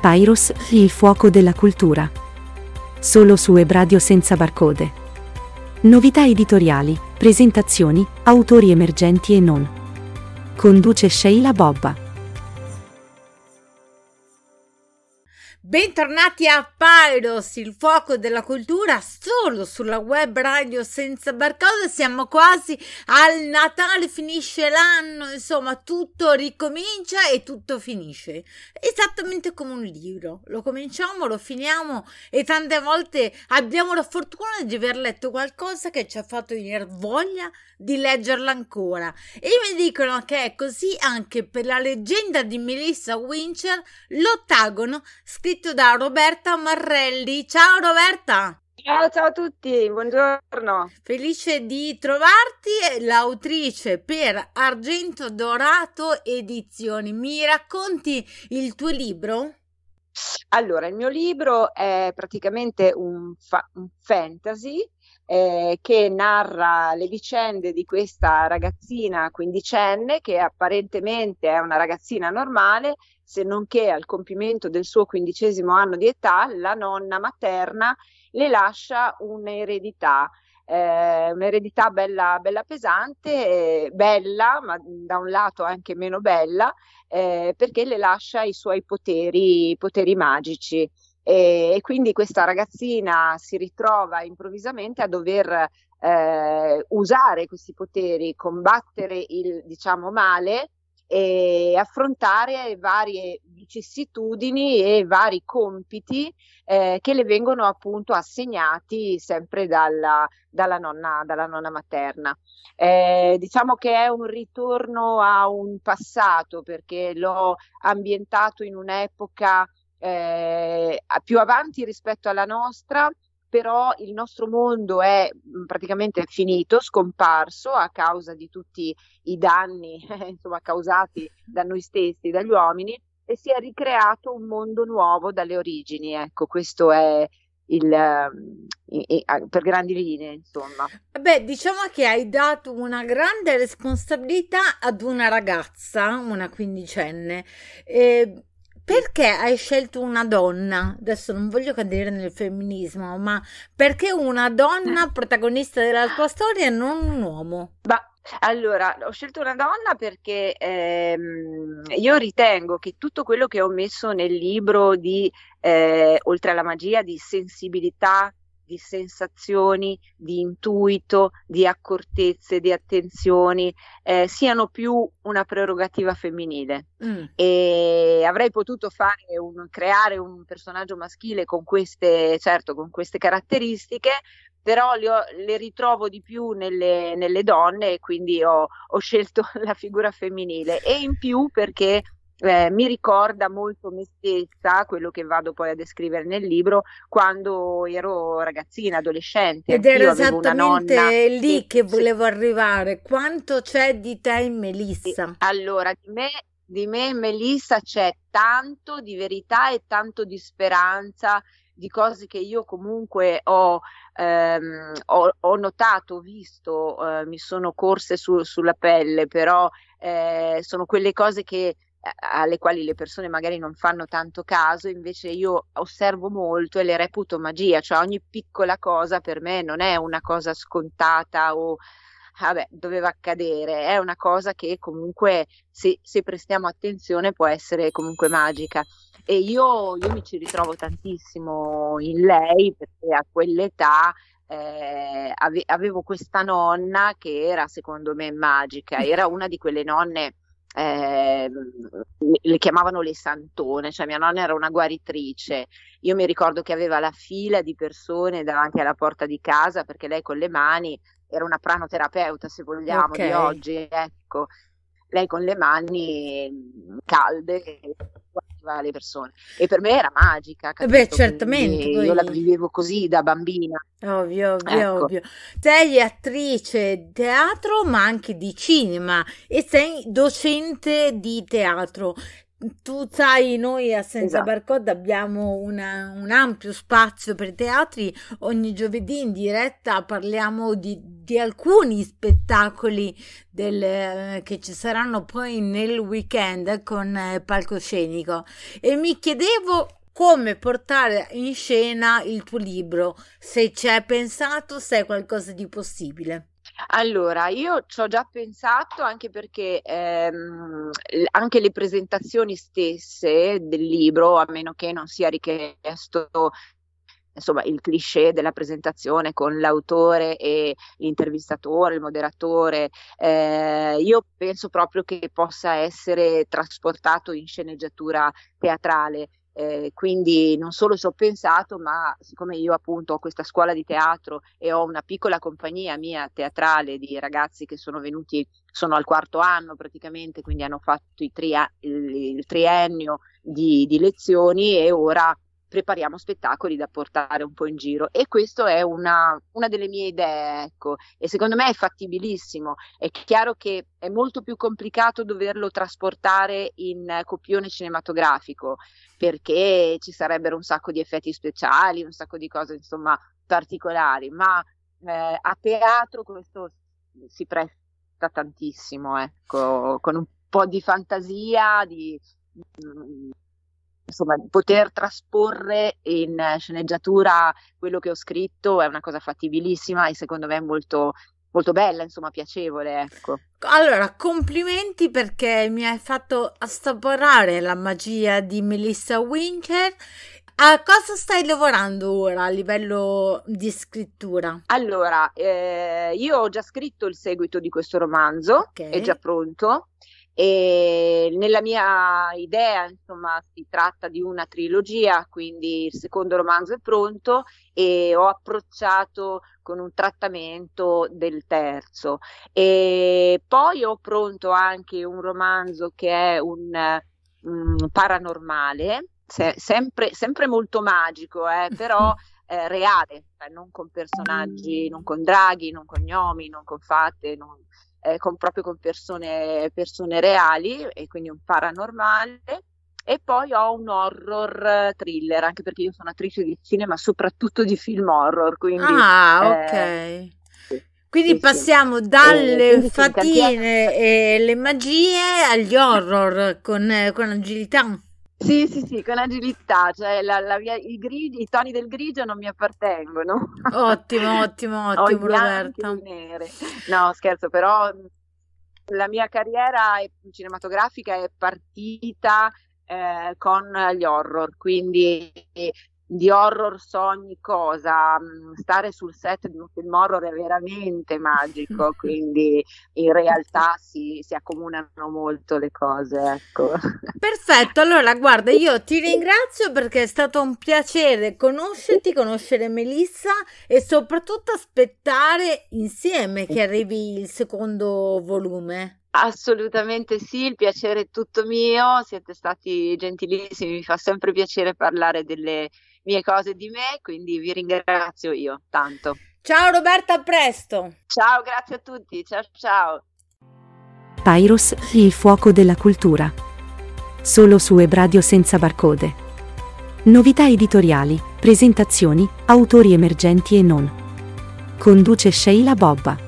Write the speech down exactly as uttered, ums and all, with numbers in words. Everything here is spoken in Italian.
Papyrus, il fuoco della cultura. Solo su Webradio senza barcode. Novità editoriali, presentazioni, autori emergenti e non. Conduce Sheila Bobba. Bentornati a Papyrus, il fuoco della cultura, solo sulla web radio senza barcode. Siamo quasi al Natale, finisce l'anno, insomma tutto ricomincia e tutto finisce. Esattamente come un libro, lo cominciamo, lo finiamo e tante volte abbiamo la fortuna di aver letto qualcosa che ci ha fatto venire voglia di leggerla ancora. E mi dicono che è così anche per la leggenda di Melissa Winchell, L'Ottagono, scritto da Roberta Marrelli. Ciao Roberta! Ciao, ciao a tutti, buongiorno. Felice di trovarti, l'autrice per Argento Dorato Edizioni. Mi racconti il tuo libro? Allora, il mio libro è praticamente un, fa- un fantasy eh, che narra le vicende di questa ragazzina quindicenne che apparentemente è una ragazzina normale, se non che al compimento del suo quindicesimo anno di età la nonna materna le lascia un'eredità, eh, un'eredità bella, bella pesante, eh, bella, ma da un lato anche meno bella, eh, perché le lascia i suoi poteri, poteri magici. E, e quindi questa ragazzina si ritrova improvvisamente a dover eh, usare questi poteri, combattere il, diciamo, male e affrontare varie vicissitudini e vari compiti eh, che le vengono appunto assegnati sempre dalla, dalla, nonna, dalla nonna materna. Eh, diciamo che è un ritorno a un passato, perché l'ho ambientato in un'epoca eh, più avanti rispetto alla nostra, però il nostro mondo è praticamente finito, scomparso a causa di tutti i danni eh, insomma, causati da noi stessi, dagli uomini, e si è ricreato un mondo nuovo dalle origini. Ecco, questo è il eh, eh, per grandi linee, insomma. Beh, diciamo che hai dato una grande responsabilità ad una ragazza, una quindicenne. Eh, Perché hai scelto una donna? Adesso non voglio cadere nel femminismo, ma perché una donna protagonista della tua storia e non un uomo? Bah, allora, ho scelto una donna perché ehm, io ritengo che tutto quello che ho messo nel libro di, eh, oltre alla magia, di sensibilità, di sensazioni, di intuito, di accortezze, di attenzioni, eh, siano più una prerogativa femminile. Mm. E avrei potuto fare un, creare un personaggio maschile con queste, certo, con queste caratteristiche, però le, ho, le ritrovo di più nelle, nelle donne, e quindi ho, ho scelto la figura femminile. E in più perché Eh, mi ricorda molto me stessa, quello che vado poi a descrivere nel libro, quando ero ragazzina, adolescente. Ed era esattamente lì che, che volevo arrivare. Quanto c'è di te in Melissa? Allora, di me, di me in Melissa c'è tanto di verità e tanto di speranza, di cose che io comunque ho, ehm, ho, ho notato, visto, eh, mi sono corse su, sulla pelle, però eh, sono quelle cose che alle quali le persone magari non fanno tanto caso, invece io osservo molto e le reputo magia, cioè ogni piccola cosa per me non è una cosa scontata o vabbè, doveva accadere, è una cosa che comunque se, se prestiamo attenzione può essere comunque magica. E io, io mi ci ritrovo tantissimo in lei, perché a quell'età eh, ave, avevo questa nonna che era secondo me magica, era una di quelle nonne. Eh, le chiamavano le santone, cioè mia nonna era una guaritrice. Io mi ricordo che aveva la fila di persone davanti alla porta di casa, perché lei con le mani era una pranoterapeuta, se vogliamo, okay, di oggi, ecco, lei con le mani calde guariva le persone, e per me era magica, capito? Beh, certamente, poi... io la vivevo così da bambina. Ovvio, ovvio, ecco. ovvio. Sei attrice di teatro, ma anche di cinema, e sei docente di teatro. tu sai, noi a Senza Esatto. Barcode abbiamo una- un ampio spazio per i teatri. Ogni giovedì in diretta parliamo di, di alcuni spettacoli del, eh, che ci saranno poi nel weekend con eh, palcoscenico, e mi chiedevo come portare in scena il tuo libro, se ci hai pensato, se è qualcosa di possibile. Allora, io ci ho già pensato, anche perché ehm, l- anche le presentazioni stesse del libro, a meno che non sia richiesto, insomma, il cliché della presentazione con l'autore e l'intervistatore, il moderatore, eh, io penso proprio che possa essere trasportato in sceneggiatura teatrale. Eh, quindi non solo ci ho pensato, ma siccome io appunto ho questa scuola di teatro e ho una piccola compagnia mia teatrale di ragazzi che sono venuti, sono al quarto anno praticamente, quindi hanno fatto i tria- il, il triennio di, di lezioni, e ora prepariamo spettacoli da portare un po' in giro, e questo è una, una delle mie idee, ecco, e secondo me è fattibilissimo. È chiaro che è molto più complicato doverlo trasportare in copione cinematografico, perché ci sarebbero un sacco di effetti speciali, un sacco di cose insomma particolari, ma eh, a teatro questo si presta tantissimo, ecco, con un po' di fantasia, di mh, insomma, poter trasporre in sceneggiatura quello che ho scritto è una cosa fattibilissima, e secondo me molto, molto bella, insomma, piacevole, ecco. Allora, complimenti, perché mi hai fatto assaporare la magia di Melissa Winter. A cosa stai lavorando ora a livello di scrittura? Allora, eh, io ho già scritto il seguito di questo romanzo, Ok. è già pronto, e nella mia idea, insomma, si tratta di una trilogia, quindi il secondo romanzo è pronto e ho approcciato con un trattamento del terzo. E poi ho pronto anche un romanzo che è un, un paranormale, se- sempre, sempre molto magico, eh, però eh, reale, cioè non con personaggi, non con draghi, non con gnomi, non con fate, non, eh, con, proprio con persone, persone reali, e quindi un paranormale. E poi ho un horror thriller, anche perché io sono attrice di cinema, soprattutto di film horror, quindi Ah, ok. eh, sì, Quindi sì, sì. passiamo E dalle quindi sì, in cantiere- fatine e le magie agli horror con, con agilità. Sì, sì, sì, con agilità, cioè la, la via- i, grigi, i toni del grigio non mi appartengono. Ottimo, ottimo, Ho i ottimo, bianchi e Roberta. i neri. No, scherzo, però mh, la mia carriera è- cinematografica è partita eh, con gli horror, quindi di horror so ogni cosa. Mh, Stare sul set di un film horror è veramente magico, quindi in realtà si, si accomunano molto le cose, ecco. Perfetto, allora guarda, io ti ringrazio perché è stato un piacere conoscerti, conoscere Melissa, e soprattutto aspettare insieme che arrivi il secondo volume. Assolutamente sì, il piacere è tutto mio, siete stati gentilissimi, mi fa sempre piacere parlare delle mie cose e di me, quindi vi ringrazio io tanto. Ciao Roberta, a presto! Ciao, grazie a tutti, ciao ciao. Pyros, il fuoco della cultura. Solo su Web Radio Senza Barcode. Novità editoriali, presentazioni, autori emergenti e non. Conduce Sheila Bobba.